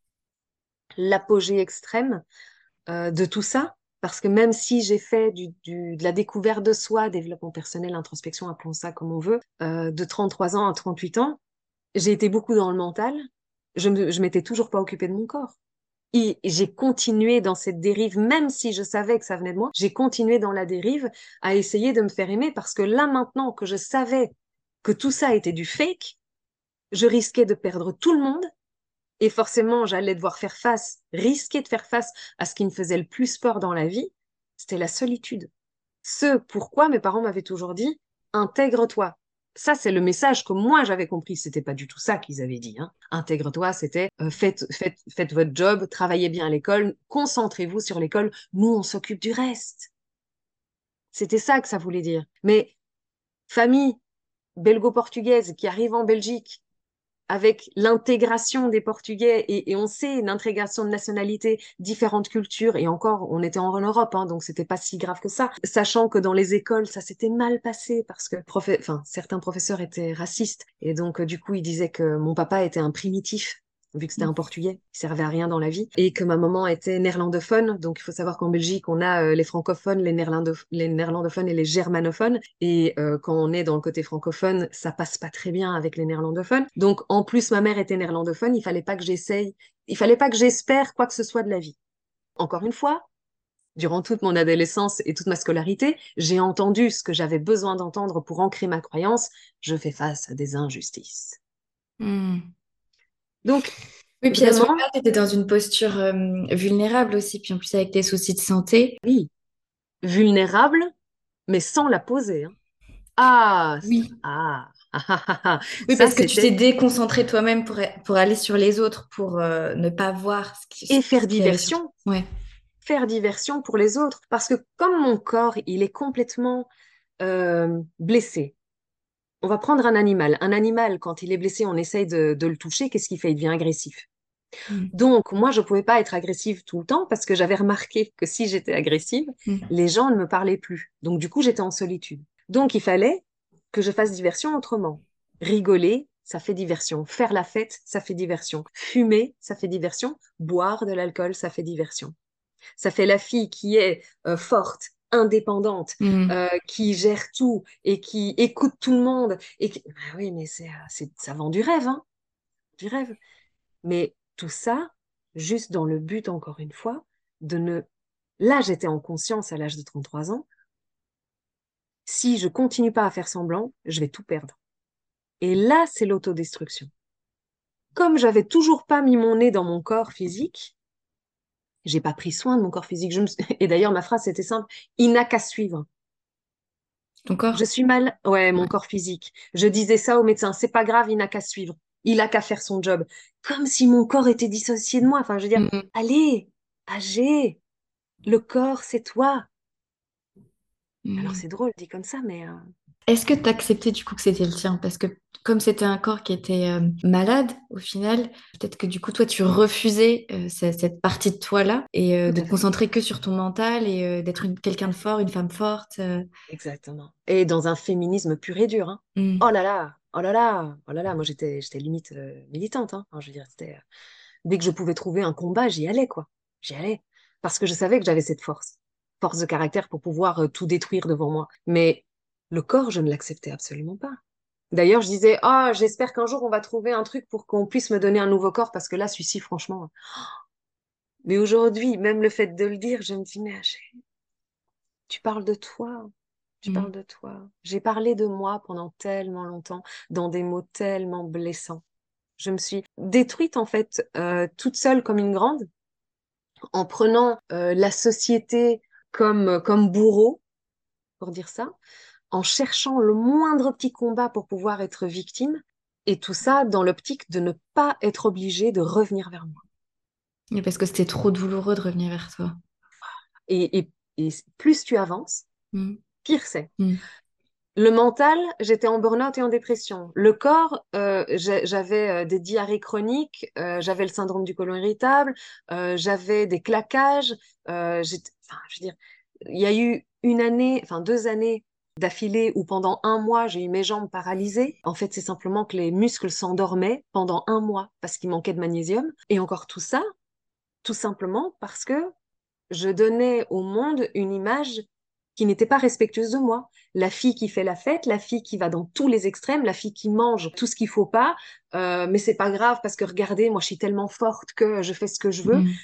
l'apogée extrême euh, de tout ça. Parce que même si j'ai fait du, du, de la découverte de soi, développement personnel, introspection, appelons ça comme on veut, euh, de trente-trois ans à trente-huit ans, j'ai été beaucoup dans le mental. Je ne je m'étais toujours pas occupée de mon corps. Et j'ai continué dans cette dérive, même si je savais que ça venait de moi, j'ai continué dans la dérive à essayer de me faire aimer parce que là, maintenant que je savais que tout ça était du fake, je risquais de perdre tout le monde et forcément, j'allais devoir faire face, risquer de faire face à ce qui me faisait le plus peur dans la vie, c'était la solitude. Ce pourquoi mes parents m'avaient toujours dit, intègre-toi. Ça, c'est le message que moi j'avais compris. C'était pas du tout ça qu'ils avaient dit, hein. Intègre-toi, c'était euh, faites, faites, faites votre job, travaillez bien à l'école, concentrez-vous sur l'école. Nous, on s'occupe du reste. C'était ça que ça voulait dire. Mais famille belgo-portugaise qui arrive en Belgique avec l'intégration des Portugais, et, et on sait l'intégration de nationalités, différentes cultures, et encore, on était en Europe, hein, donc c'était pas si grave que ça, sachant que dans les écoles, ça s'était mal passé parce que profe... enfin, certains professeurs étaient racistes, et donc euh, du coup, ils disaient que mon papa était un primitif, vu que c'était un Portugais, qui servait à rien dans la vie, et que ma maman était néerlandophone. Donc il faut savoir qu'en Belgique, on a euh, les francophones, les, néerlandof- les néerlandophones et les germanophones. Et euh, quand on est dans le côté francophone, ça passe pas très bien avec les néerlandophones. Donc en plus, ma mère était néerlandophone, il fallait pas que j'essaye, il fallait pas que j'espère quoi que ce soit de la vie. Encore une fois, durant toute mon adolescence et toute ma scolarité, j'ai entendu ce que j'avais besoin d'entendre pour ancrer ma croyance. Je fais face à des injustices. Hmm. Donc, Oui, puis à ce vraiment, moment-là, tu étais dans une posture euh, vulnérable aussi, puis en plus avec tes soucis de santé. oui, vulnérable, mais sans la poser, hein. Ah, Oui. ah, ah, ah, ah, ah. Oui, Ça, parce que tu t'es c'était déconcentré toi-même pour, pour aller sur les autres, pour euh, ne pas voir ce qui, et ce faire qu'il y avait sur toi. diversion, Ouais. faire diversion pour les autres, parce que comme mon corps, il est complètement euh, blessé. On va prendre un animal. Un animal, quand il est blessé, on essaye de, de le toucher. Qu'est-ce qu'il fait? Il devient agressif. Mm. Donc, moi, je pouvais pas être agressive tout le temps parce que j'avais remarqué que si j'étais agressive, Mm. les gens ne me parlaient plus. Donc, du coup, j'étais en solitude. Donc, il fallait que je fasse diversion autrement. Rigoler, ça fait diversion. Faire la fête, ça fait diversion. Fumer, ça fait diversion. Boire de l'alcool, ça fait diversion. Ça fait la fille qui est euh, forte, indépendante, Mm. euh, qui gère tout et qui écoute tout le monde. Et qui... Ah oui, mais c'est, euh, c'est, ça vend du rêve, hein, du rêve. Mais tout ça, juste dans le but, encore une fois, de ne... Là, j'étais en conscience à l'âge de trente-trois ans. Si je continue pas à faire semblant, je vais tout perdre. Et là, c'est l'autodestruction. Comme j'avais toujours pas mis mon nez dans mon corps physique, j'ai pas pris soin de mon corps physique. Je me... Et d'ailleurs, ma phrase, c'était simple, il n'a qu'à suivre. Ton Je corps? suis mal, ouais, mon Ouais. corps physique. Je disais ça au médecin, c'est pas grave, il n'a qu'à suivre. Il a qu'à faire son job. Comme si mon corps était dissocié de moi. Enfin, je veux dire, Mm. allez, âgé, le corps, c'est toi. Alors, Mm. c'est drôle dit comme ça, mais euh, Est-ce que tu acceptais du coup que c'était le tien? Parce que comme c'était un corps qui était euh, malade, au final, peut-être que du coup, toi, tu refusais euh, ce- cette partie de toi-là et euh, tout de à te fait. concentrer que sur ton mental et euh, d'être une- quelqu'un de fort, une femme forte. euh. Exactement. Et dans un féminisme pur et dur, hein. Mm. Oh là là, oh là là, oh là là, moi j'étais j'étais limite euh, militante, hein. Enfin, je veux dire, c'était, euh, dès que je pouvais trouver un combat, j'y allais, quoi. J'y allais. Parce que je savais que j'avais cette force, force de caractère pour pouvoir euh, tout détruire devant moi. Mais le corps, je ne l'acceptais absolument pas. D'ailleurs, je disais, ah, j'espère qu'un jour on va trouver un truc pour qu'on puisse me donner un nouveau corps, parce que là, celui-ci, franchement. Mais aujourd'hui, même le fait de le dire, je me dis, mais Achille, tu parles de toi. Tu parles Mm. de toi. J'ai parlé de moi pendant tellement longtemps, dans des mots tellement blessants. Je me suis détruite, en fait, euh, toute seule comme une grande, en prenant euh, la société comme, comme bourreau, pour dire ça, en cherchant le moindre petit combat pour pouvoir être victime, et tout ça dans l'optique de ne pas être obligée de revenir vers moi. Et parce que c'était trop douloureux de revenir vers toi. Et, et, et plus tu avances, Mm. pire c'est. Mm. Le mental, j'étais en burn-out et en dépression. Le corps, euh, j'ai- j'avais euh, des diarrhées chroniques, euh, j'avais le syndrome du côlon irritable, euh, j'avais des claquages. Euh, j'étais- enfin, je veux dire, il y a eu une année, enfin deux années d'affilée où pendant un mois, j'ai eu mes jambes paralysées. En fait, c'est simplement que les muscles s'endormaient pendant un mois parce qu'il manquait de magnésium. Et encore tout ça, tout simplement parce que je donnais au monde une image qui n'était pas respectueuse de moi. La fille qui fait la fête, la fille qui va dans tous les extrêmes, la fille qui mange tout ce qu'il faut pas, euh, mais c'est pas grave parce que regardez, moi je suis tellement forte que je fais ce que je veux. Mm.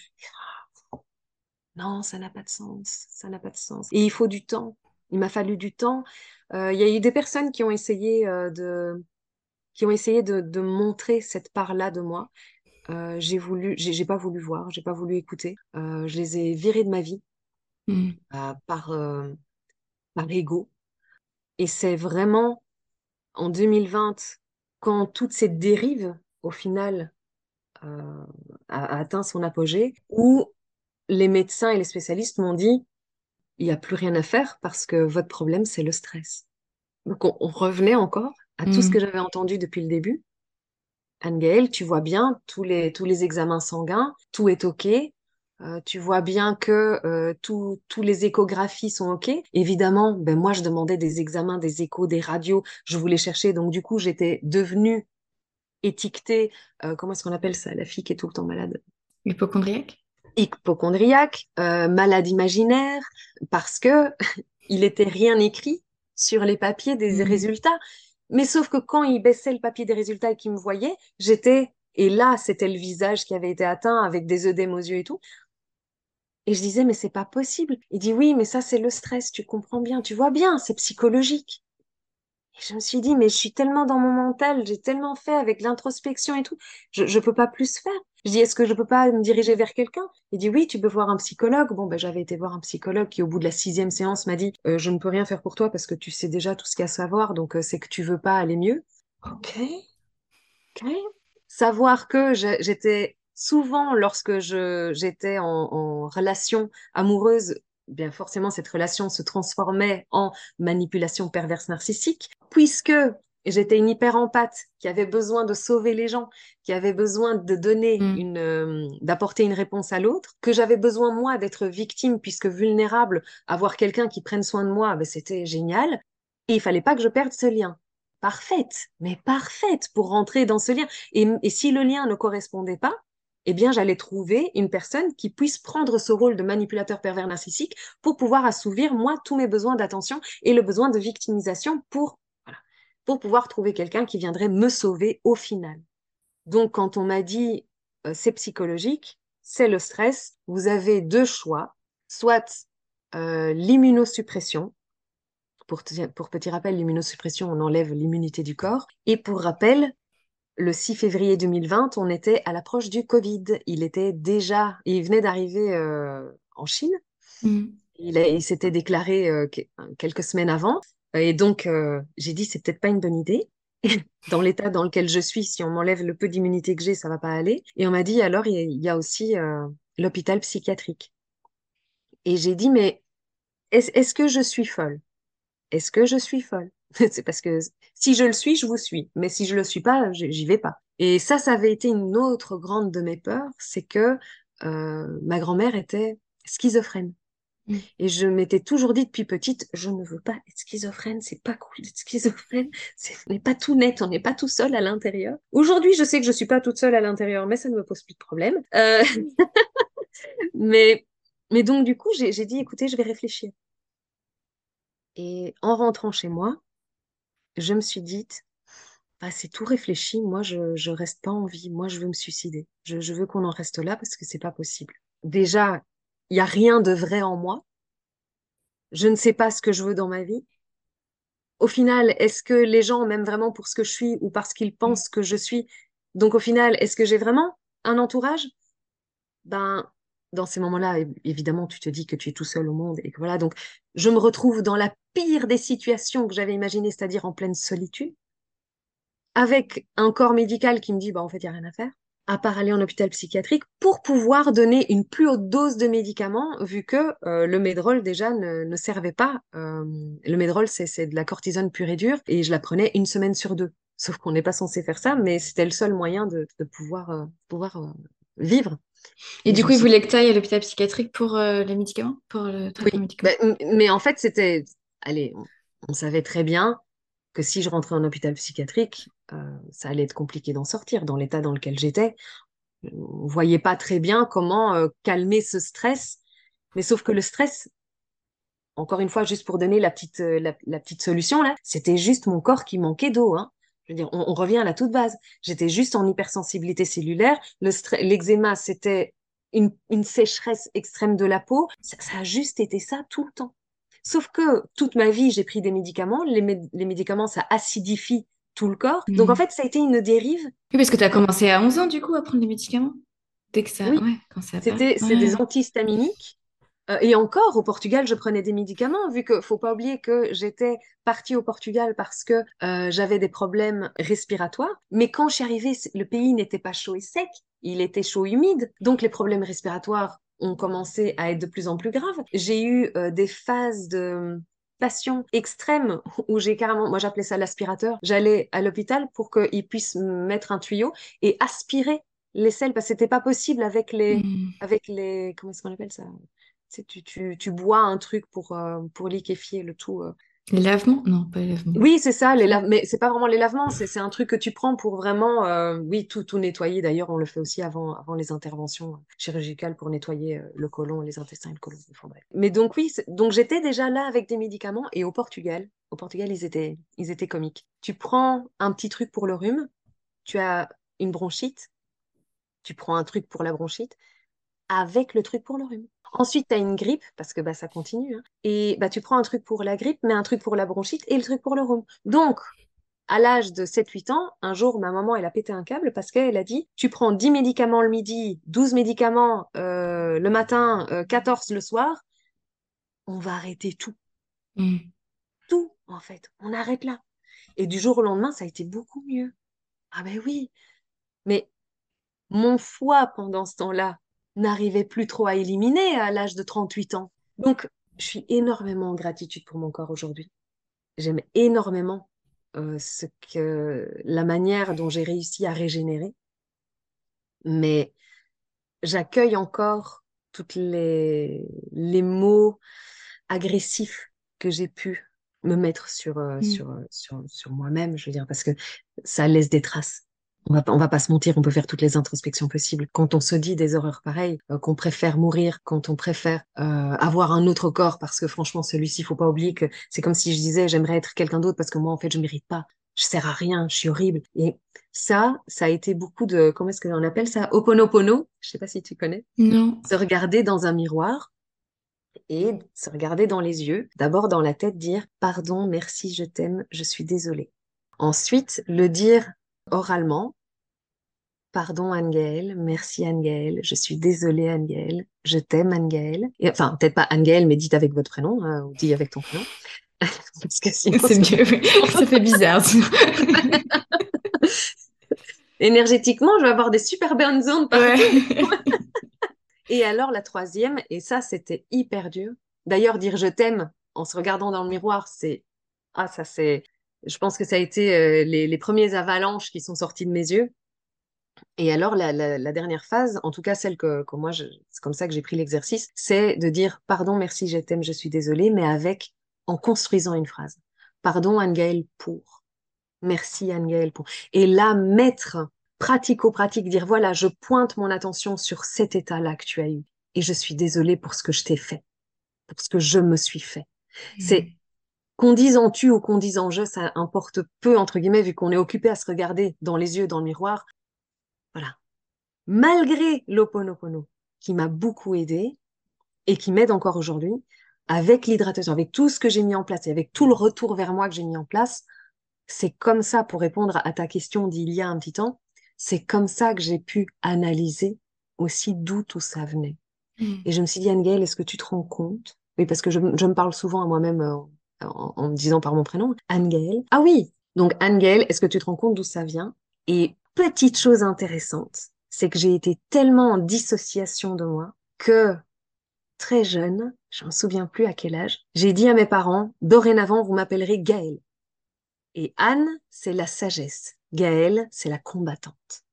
Non, ça n'a pas de sens, ça n'a pas de sens. Et il faut du temps. Il m'a fallu du temps. Euh, Il y a eu des personnes qui ont essayé euh, de, qui ont essayé de, de montrer cette part-là de moi. Euh, j'ai voulu, j'ai j'ai pas voulu voir, j'ai pas voulu écouter. Euh, je les ai virés de ma vie Mm. euh, par euh, par ego. Et c'est vraiment en deux mille vingt, quand toute cette dérive, au final, euh, a, a atteint son apogée, où les médecins et les spécialistes m'ont dit, il n'y a plus rien à faire parce que votre problème, c'est le stress. Donc on, on revenait encore à tout ce que Mm. j'avais entendu depuis le début. Anne-Gaëlle, tu vois bien tous les, tous les examens sanguins, tout est OK. Euh, tu vois bien que euh, tous tous les échographies sont OK. Évidemment, ben moi, je demandais des examens, des échos, des radios. Je voulais chercher. Donc, du coup, j'étais devenue étiquetée. Euh, comment est-ce qu'on appelle ça, la fille qui est tout le temps malade? Hypochondriaque? Hypochondriaque, euh, malade imaginaire, parce que il était rien écrit sur les papiers des Mm. résultats. Mais sauf que quand il baissait le papier des résultats et qu'il me voyait, j'étais, et là, c'était le visage qui avait été atteint avec des œdèmes aux yeux et tout. Et je disais, mais c'est pas possible. Il dit, oui, mais ça, c'est le stress, tu comprends bien, tu vois bien, c'est psychologique. Et je me suis dit, mais je suis tellement dans mon mental, j'ai tellement fait avec l'introspection et tout, je, je peux pas plus faire. Je dis, est-ce que je peux pas me diriger vers quelqu'un? Il dit, oui, tu peux voir un psychologue. Bon, ben, j'avais été voir un psychologue qui, au bout de la sixième séance, m'a dit, euh, je ne peux rien faire pour toi parce que tu sais déjà tout ce qu'il y a à savoir, donc euh, c'est que tu veux pas aller mieux. Ok, ok. Savoir que je- j'étais souvent, lorsque je, j'étais en, en relation amoureuse, bien forcément, cette relation se transformait en manipulation perverse narcissique, puisque j'étais une hyper empathe qui avait besoin de sauver les gens, qui avait besoin de donner Mm. une, euh, d'apporter une réponse à l'autre, que j'avais besoin, moi, d'être victime, puisque vulnérable, avoir quelqu'un qui prenne soin de moi, ben, c'était génial. Et il fallait pas que je perde ce lien. Parfaite, mais parfaite pour rentrer dans ce lien. Et, et si le lien ne correspondait pas, eh bien, j'allais trouver une personne qui puisse prendre ce rôle de manipulateur pervers narcissique pour pouvoir assouvir, moi, tous mes besoins d'attention et le besoin de victimisation pour, voilà, pour pouvoir trouver quelqu'un qui viendrait me sauver au final. Donc, quand on m'a dit euh, c'est psychologique, c'est le stress, vous avez deux choix, soit euh, l'immunosuppression. Pour, pour petit rappel, l'immunosuppression, on enlève l'immunité du corps. Et pour rappel, le six février deux mille vingt, on était à l'approche du Covid. Il était déjà, il venait d'arriver euh, en Chine. Mm. Il, a- il s'était déclaré euh, que- quelques semaines avant. Et donc, euh, j'ai dit, c'est peut-être pas une bonne idée. Dans l'état dans lequel je suis, si on m'enlève le peu d'immunité que j'ai, ça va pas aller. Et on m'a dit, alors, il y a, il y a aussi euh, l'hôpital psychiatrique. Et j'ai dit, mais est-ce est-ce que je suis folle? Est-ce que je suis folle? C'est parce que si je le suis, je vous suis. Mais si je le suis pas, j- j'y vais pas. Et ça, ça avait été une autre grande de mes peurs, c'est que euh, ma grand-mère était schizophrène. Mm. Et je m'étais toujours dit depuis petite, je ne veux pas être schizophrène, c'est pas cool d'être schizophrène, c'est- on n'est pas tout net, on n'est pas tout seul à l'intérieur. Aujourd'hui, je sais que je suis pas toute seule à l'intérieur, mais ça ne me pose plus de problème. Euh, mais, mais donc, du coup, j'ai j'ai dit, écoutez, je vais réfléchir. Et en rentrant chez moi, je me suis dit, ah, c'est tout réfléchi, moi je, je reste pas en vie, moi je veux me suicider. Je, je veux qu'on en reste là parce que c'est pas possible. Déjà, il y a rien de vrai en moi. Je ne sais pas ce que je veux dans ma vie. Au final, est-ce que les gens m'aiment vraiment pour ce que je suis ou parce qu'ils Mm. pensent que je suis? Donc au final, est-ce que j'ai vraiment un entourage? Ben, dans ces moments-là, é- évidemment, tu te dis que tu es tout seul au monde et que voilà. Donc, je me retrouve dans la pire des situations que j'avais imaginées, c'est-à-dire en pleine solitude, avec un corps médical qui me dit, bah, en fait, il n'y a rien à faire. à part aller en hôpital psychiatrique, pour pouvoir donner une plus haute dose de médicaments, vu que euh, le Medrol déjà ne, ne servait pas. Euh, le Medrol, c'est, c'est de la cortisone pure et dure, et je la prenais une semaine sur deux. Sauf qu'on n'est pas censé faire ça, mais c'était le seul moyen de, de pouvoir, euh, pouvoir euh, vivre. Et Et du je me coup, ils suis dit, voulaient que tu ailles à l'hôpital psychiatrique pour euh, les médicaments, pour le oui, traitement médical. ben, m- mais en fait, c'était, allez, on, on savait très bien que si je rentrais en hôpital psychiatrique, euh, ça allait être compliqué d'en sortir dans l'état dans lequel j'étais. On voyait pas très bien comment euh, calmer ce stress. Mais sauf que le stress, encore une fois, juste pour donner la petite, euh, la, la petite solution, là, c'était juste mon corps qui manquait d'eau, hein. Je veux dire, on, on revient à la toute base. J'étais juste en hypersensibilité cellulaire. Le stre- l'eczéma, c'était une, une sécheresse extrême de la peau. Ça, ça a juste été ça tout le temps. Sauf que toute ma vie, j'ai pris des médicaments. Les, mé- les médicaments, ça acidifie tout le corps. Donc, en Hmm. fait, ça a été une dérive. Oui, parce que tu as commencé à onze ans, du coup, à prendre les médicaments. Dès que ça... Oui, Ouais, quand ça part. c'était, c'est des Ouais. antihistaminiques. Euh, et encore, au Portugal, je prenais des médicaments, vu que faut pas oublier que j'étais partie au Portugal parce que euh, j'avais des problèmes respiratoires. Mais quand je suis arrivée, c- le pays n'était pas chaud et sec, il était chaud et humide. Donc les problèmes respiratoires ont commencé à être de plus en plus graves. J'ai eu euh, des phases de passion extrême où j'ai carrément, moi j'appelais ça l'aspirateur. J'allais à l'hôpital pour qu'ils puissent mettre un tuyau et aspirer les selles parce que c'était pas possible avec les, Hmm. avec les, comment est-ce qu'on appelle ça? Tu, sais, tu, tu, tu bois un truc pour, euh, pour liquéfier le tout. euh. Les lavements? Non, pas les lavements. Oui, c'est ça, les Si. lave- mais c'est pas vraiment les lavements, c'est c'est un truc que tu prends pour vraiment, euh, oui, tout, tout nettoyer. D'ailleurs, on le fait aussi avant, avant les interventions chirurgicales pour nettoyer euh, le côlon, les intestins et le côlon. Enfin, bref. Mais donc oui, c'est- donc j'étais déjà là avec des médicaments et au Portugal, au Portugal, ils étaient, ils étaient comiques. Tu prends un petit truc pour le rhume, tu as une bronchite, tu prends un truc pour la bronchite avec le truc pour le rhume. Ensuite, tu as une grippe, parce que bah, ça continue, hein, et bah, tu prends un truc pour la grippe, mais un truc pour la bronchite et le truc pour le rhume. Donc, à l'âge de sept huit ans, un jour, ma maman, elle a pété un câble parce qu'elle a dit, tu prends dix médicaments le midi, douze médicaments euh, le matin, euh, quatorze le soir, on va arrêter tout. Hmm. Tout, en fait. On arrête là. Et du jour au lendemain, ça a été beaucoup mieux. Ah ben oui, mais mon foie, pendant ce temps-là, n'arrivait plus trop à éliminer à l'âge de trente-huit ans. Donc, je suis énormément en gratitude pour mon corps aujourd'hui. J'aime énormément euh, ce que, la manière dont j'ai réussi à régénérer, mais j'accueille encore toutes les, les mots agressifs que j'ai pu me mettre sur, euh, Hmm. sur, euh, sur, sur moi-même, je veux dire, parce que ça laisse des traces. On va, pas- on va pas se mentir, on peut faire toutes les introspections possibles. Quand on se dit des horreurs pareilles, euh, qu'on préfère mourir, quand on préfère euh, avoir un autre corps, parce que franchement, celui-ci, faut pas oublier que c'est comme si je disais, j'aimerais être quelqu'un d'autre parce que moi, en fait, je mérite pas. Je sers à rien, je suis horrible. Et ça, ça a été beaucoup de, comment est-ce qu'on appelle ça? Ho'oponopono. Je sais pas si tu connais. Non. Se regarder dans un miroir et se regarder dans les yeux. D'abord dans la tête, dire pardon, merci, je t'aime, je suis désolée. Ensuite, le dire oralement. Pardon Anne-Gaëlle, merci Anne-Gaëlle, je suis désolée Anne-Gaëlle, je t'aime Anne-Gaëlle. Et, enfin, peut-être pas Anne-Gaëlle, mais dites avec votre prénom, hein, ou dis avec ton prénom. Parce que sinon, C'est ça mieux, oui. Ça fait bizarre. sinon. énergétiquement, je vais avoir des super burn zones partout. Mais... Ouais. Et alors, la troisième, et ça, c'était hyper dur. D'ailleurs, dire je t'aime en se regardant dans le miroir, c'est. Ah, ça, c'est. Je pense que ça a été euh, les, les premiers avalanches qui sont sortis de mes yeux. Et alors, la, la, la dernière phase, en tout cas celle que, que moi, je- c'est comme ça que j'ai pris l'exercice, c'est de dire pardon, merci, je t'aime, je suis désolée, mais avec, en construisant une phrase. Pardon, Anne-Gaëlle, pour. Merci, Anne-Gaëlle, pour. Et là, mettre pratico-pratique, dire voilà, je pointe mon attention sur cet état-là que tu as eu. Et je suis désolée pour ce que je t'ai fait, pour ce que je me suis fait. C'est Hmm. qu'on dise en tu ou qu'on dise en je, ça importe peu, entre guillemets, vu qu'on est occupé à se regarder dans les yeux, dans le miroir. Voilà, malgré l'Ho'oponopono, qui m'a beaucoup aidé et qui m'aide encore aujourd'hui, avec l'hydratation, avec tout ce que j'ai mis en place et avec tout le retour vers moi que j'ai mis en place, c'est comme ça, pour répondre à ta question d'il y a un petit temps, c'est comme ça que j'ai pu analyser aussi d'où tout ça venait. Hmm. Et je me suis dit, Anne-Gaëlle, est-ce que tu te rends compte? Oui, parce que je, je me parle souvent à moi-même euh, en, en me disant par mon prénom, Anne-Gaëlle. Ah oui, donc Anne-Gaëlle, est-ce que tu te rends compte d'où ça vient? Et petite chose intéressante, c'est que j'ai été tellement en dissociation de moi que très jeune, je me souviens plus à quel âge, j'ai dit à mes parents, dorénavant, vous m'appellerez Gaëlle. Et Anne, c'est la sagesse. Gaëlle, c'est la combattante.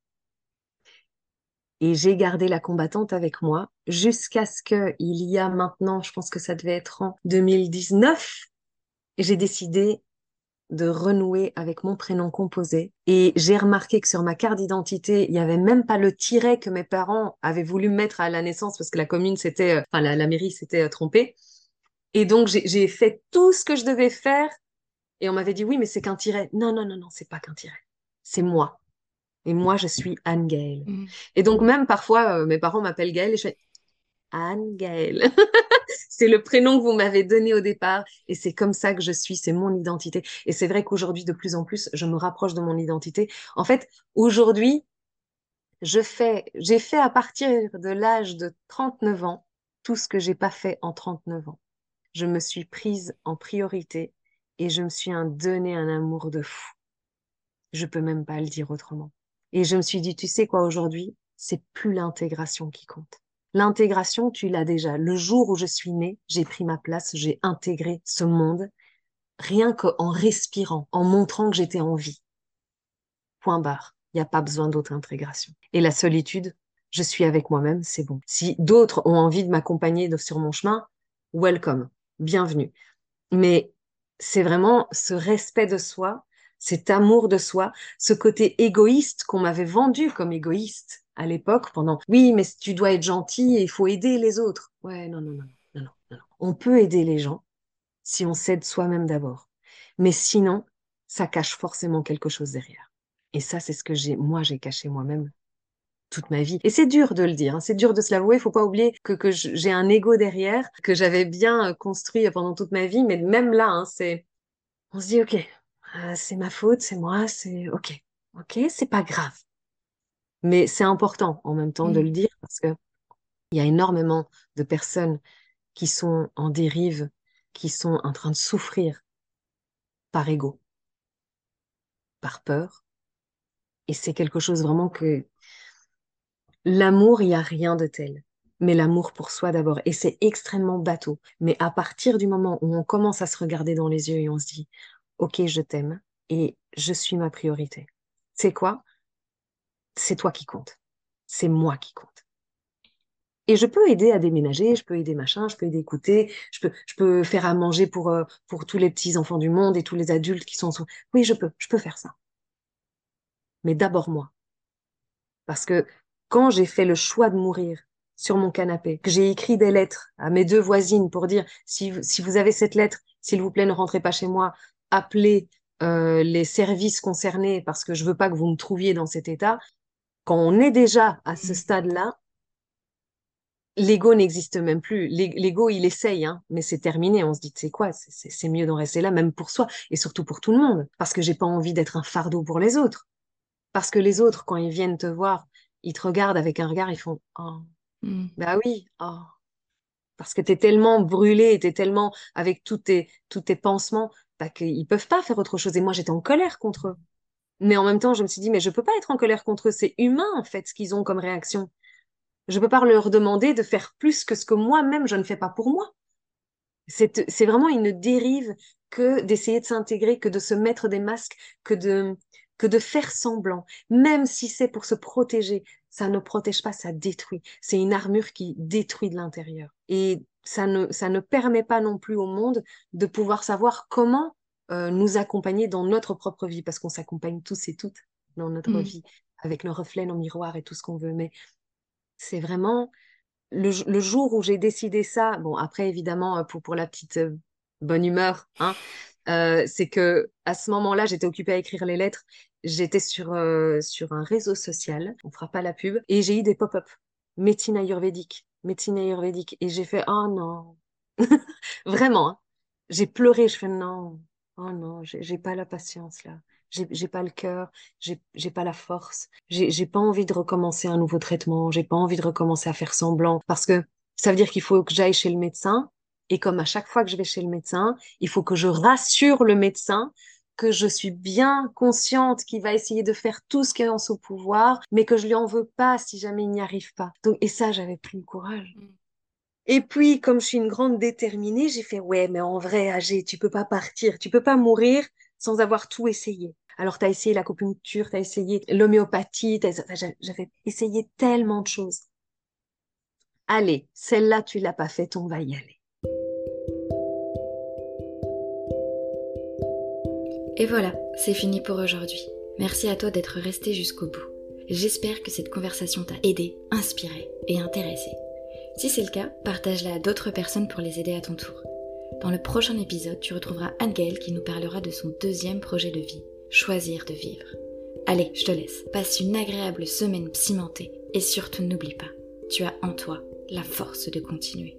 Et j'ai gardé la combattante avec moi jusqu'à ce que, il y a maintenant, je pense que ça devait être en deux mille dix-neuf, j'ai décidé de renouer avec mon prénom composé. Et j'ai remarqué que sur ma carte d'identité, il n'y avait même pas le tiret que mes parents avaient voulu mettre à la naissance parce que la commune s'était, euh, enfin la, la mairie s'était euh, trompée. Et donc j'ai j'ai fait tout ce que je devais faire. Et on m'avait dit oui, mais c'est qu'un tiret. Non, non, non, non, c'est pas qu'un tiret. C'est moi. Et moi, je suis Anne Gaëlle. Mm. Et donc même parfois, euh, mes parents m'appellent Gaëlle et je fais Anne Gaëlle. C'est le prénom que vous m'avez donné au départ et c'est comme ça que je suis, c'est mon identité. Et c'est vrai qu'aujourd'hui, de plus en plus, je me rapproche de mon identité. En fait, aujourd'hui, je fais, j'ai fait à partir de l'âge de trente-neuf ans tout ce que j'ai pas fait en trente-neuf ans. Je me suis prise en priorité et je me suis un, donné un amour de fou. Je peux même pas le dire autrement. Et je me suis dit, tu sais quoi, aujourd'hui, c'est plus l'intégration qui compte. L'intégration, tu l'as déjà. Le jour où je suis née, j'ai pris ma place, j'ai intégré ce monde, rien qu'en respirant, en montrant que j'étais en vie. Point barre. Il n'y a pas besoin d'autre intégration. Et la solitude, je suis avec moi-même, c'est bon. Si d'autres ont envie de m'accompagner sur mon chemin, welcome, bienvenue. Mais c'est vraiment ce respect de soi, cet amour de soi, ce côté égoïste qu'on m'avait vendu comme égoïste à l'époque pendant, oui, mais tu dois être gentil et il faut aider les autres. Ouais, non, non, non, non, non, non. On peut aider les gens si on s'aide soi-même d'abord. Mais sinon, ça cache forcément quelque chose derrière. Et ça, c'est ce que j'ai, moi, j'ai caché moi-même toute ma vie. Et c'est dur de le dire, hein, c'est dur de se l'avouer. Il faut pas oublier que, que j'ai un ego derrière, que j'avais bien euh, construit pendant toute ma vie. Mais même là, hein, c'est, on se dit, OK, euh, c'est ma faute, c'est moi, c'est OK. OK, c'est pas grave. Mais c'est important en même temps de le Mm. dire parce que il y a énormément de personnes qui sont en dérive, qui sont en train de souffrir par ego, par peur. Et c'est quelque chose vraiment que l'amour, il n'y a rien de tel. Mais l'amour pour soi d'abord. Et c'est extrêmement bateau. Mais à partir du moment où on commence à se regarder dans les yeux et on se dit, OK, je t'aime et je suis ma priorité. C'est quoi? C'est toi qui compte. C'est moi qui compte. Et je peux aider à déménager, je peux aider machin, je peux aider à écouter, je peux, je peux faire à manger pour, euh, pour tous les petits enfants du monde et tous les adultes qui sont... sous- Oui, je peux, je peux faire ça. Mais d'abord moi. Parce que quand j'ai fait le choix de mourir sur mon canapé, que j'ai écrit des lettres à mes deux voisines pour dire si, vous- si vous avez cette lettre, s'il vous plaît, ne rentrez pas chez moi, appelez euh, les services concernés parce que je veux pas que vous me trouviez dans cet état. Quand on est déjà à ce Mm. stade-là, l'ego n'existe même plus. L'e- L'ego, il essaye, hein, mais c'est terminé. On se dit, c'est quoi? C'est c'est- c'est mieux d'en rester là, même pour soi et surtout pour tout le monde, parce que j'ai pas envie d'être un fardeau pour les autres. Parce que les autres, quand ils viennent te voir, ils te regardent avec un regard, ils font oh, Mm. bah oui, oh. Parce que t'es tellement brûlé, t'es tellement avec tous tes, tous tes pansements, bah, qu'ils peuvent pas faire autre chose. Et moi, j'étais en colère contre eux. Mais en même temps, je me suis dit, mais je peux pas être en colère contre eux. C'est humain, en fait, ce qu'ils ont comme réaction. Je peux pas leur demander de faire plus que ce que moi-même, je ne fais pas pour moi. C'est, c'est vraiment une dérive que d'essayer de s'intégrer, que de se mettre des masques, que de, que de faire semblant, même si c'est pour se protéger. Ça ne protège pas, ça détruit. C'est une armure qui détruit de l'intérieur. Et ça ne, ça ne permet pas non plus au monde de pouvoir savoir comment euh, nous accompagner dans notre propre vie, parce qu'on s'accompagne tous et toutes dans notre Mm. vie, avec nos reflets, nos miroirs et tout ce qu'on veut. Mais c'est vraiment le, le jour où j'ai décidé ça, bon, après, évidemment, euh, pour, pour la petite euh, bonne humeur, hein, euh, c'est que à ce moment-là, j'étais occupée à écrire les lettres. J'étais sur, euh, sur un réseau social, on fera pas la pub, et j'ai eu des pop-up, médecine ayurvédique, médecine ayurvédique, et j'ai fait, oh non, vraiment, hein. J'ai pleuré, je fais, non, oh non, j'ai j'ai pas la patience là. J'ai j'ai pas le cœur, j'ai j'ai pas la force, j'ai j'ai pas envie de recommencer un nouveau traitement, j'ai pas envie de recommencer à faire semblant parce que ça veut dire qu'il faut que j'aille chez le médecin et comme à chaque fois que je vais chez le médecin, il faut que je rassure le médecin que je suis bien consciente qu'il va essayer de faire tout ce qui est en son pouvoir, mais que je lui en veux pas si jamais il n'y arrive pas. Donc, et ça, j'avais plus le courage. Mm. Et puis, comme je suis une grande déterminée, j'ai fait, ouais, mais en vrai, Agé, tu peux pas partir, tu peux pas mourir sans avoir tout essayé. Alors, tu as essayé l'acupuncture, tu as essayé l'homéopathie, t'as- enfin, j'a- j'avais essayé tellement de choses. Allez, celle-là, tu l'as pas faite, on va y aller. Et voilà, c'est fini pour aujourd'hui. Merci à toi d'être resté jusqu'au bout. J'espère que cette conversation t'a aidé, inspiré et intéressé. Si c'est le cas, partage-la à d'autres personnes pour les aider à ton tour. Dans le prochain épisode, tu retrouveras Anne-Gaëlle qui nous parlera de son deuxième projet de vie, choisir de vivre. Allez, je te laisse. Passe une agréable semaine cimentée et surtout n'oublie pas, tu as en toi la force de continuer.